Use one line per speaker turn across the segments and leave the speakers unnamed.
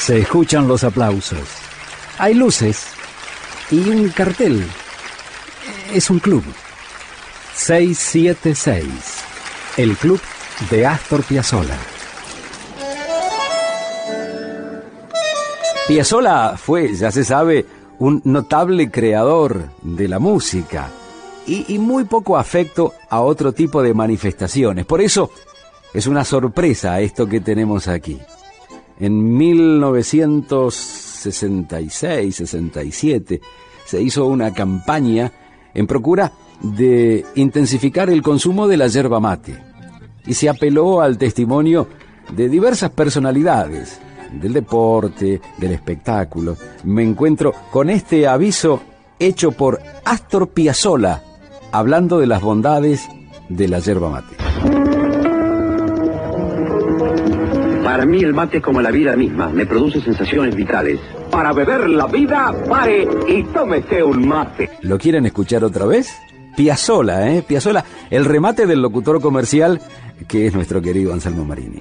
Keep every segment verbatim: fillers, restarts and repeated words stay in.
Se escuchan los aplausos. Hay luces y un cartel. Es un club. seiscientos setenta y seis. El club de Astor Piazzolla. Piazzolla fue, ya se sabe, un notable creador de la música y, y muy poco afecto a otro tipo de manifestaciones. Por eso es una sorpresa esto que tenemos aquí. En mil novecientos sesenta y seis, sesenta y siete se hizo una campaña en procura de intensificar el consumo de la yerba mate y se apeló al testimonio de diversas personalidades del deporte, del espectáculo. Me encuentro con este aviso hecho por Astor Piazzolla hablando de las bondades de la yerba mate.
Para mí el mate es como la vida misma, me produce sensaciones vitales. Para beber la vida, pare y tómese un mate.
¿Lo quieren escuchar otra vez? Piazzolla, ¿eh? Piazzolla, el remate del locutor comercial que es nuestro querido Anselmo Marini.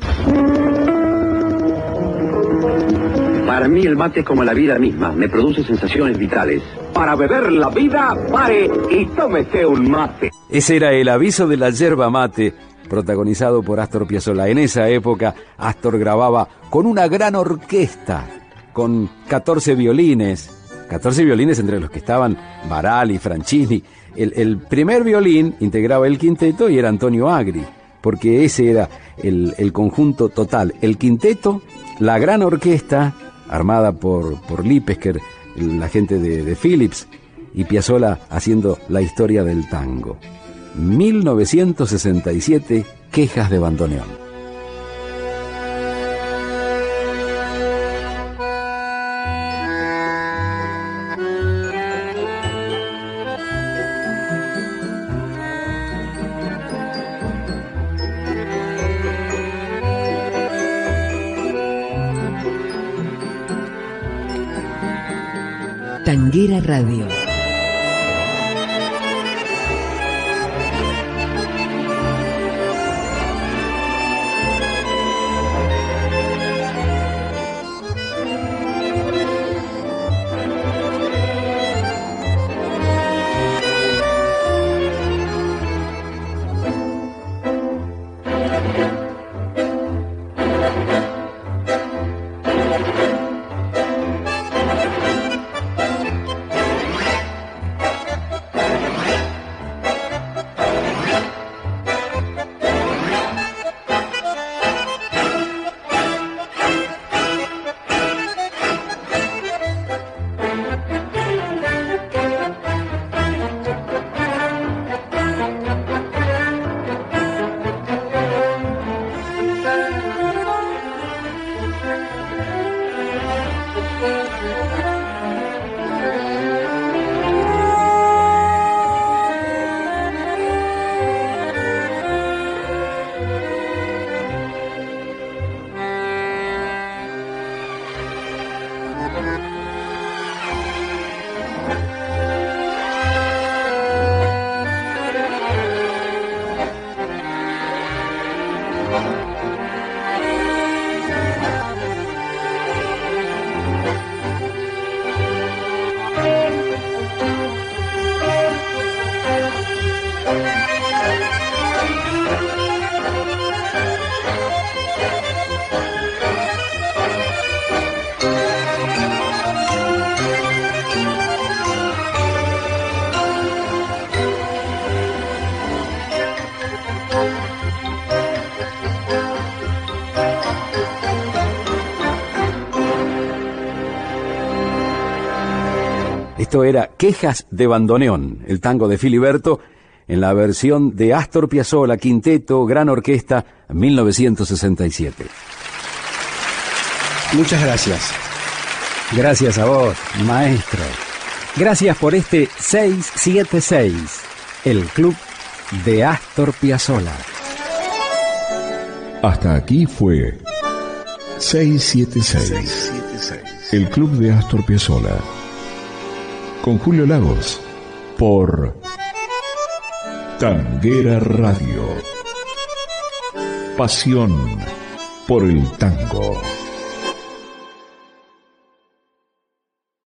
Para mí el mate es como la vida misma, me produce sensaciones vitales. Para beber la vida, pare y tómese un mate.
Ese era el aviso de la yerba mate, protagonizado por Astor Piazzolla. En esa época, Astor grababa con una gran orquesta, con catorce violines, catorce violines entre los que estaban Barali, Franchini. El, el primer violín integraba el quinteto y era Antonio Agri, porque ese era el, el conjunto total. El quinteto, la gran orquesta, armada por, por Lipesker, la gente de, de Philips, y Piazzolla haciendo la historia del tango. mil novecientos sesenta y siete, Quejas de bandoneón.
Tanguera Radio.
Esto era Quejas de bandoneón, el tango de Filiberto, en la versión de Astor Piazzolla, quinteto, gran orquesta, mil novecientos sesenta y siete.
Muchas gracias.
Gracias a vos, maestro. Gracias por este seiscientos setenta y seis, el club de Astor Piazzolla.
Hasta aquí fue seiscientos setenta y seis, el club de Astor Piazzolla. Con Julio Lagos, por Tanguera Radio. Pasión por el tango.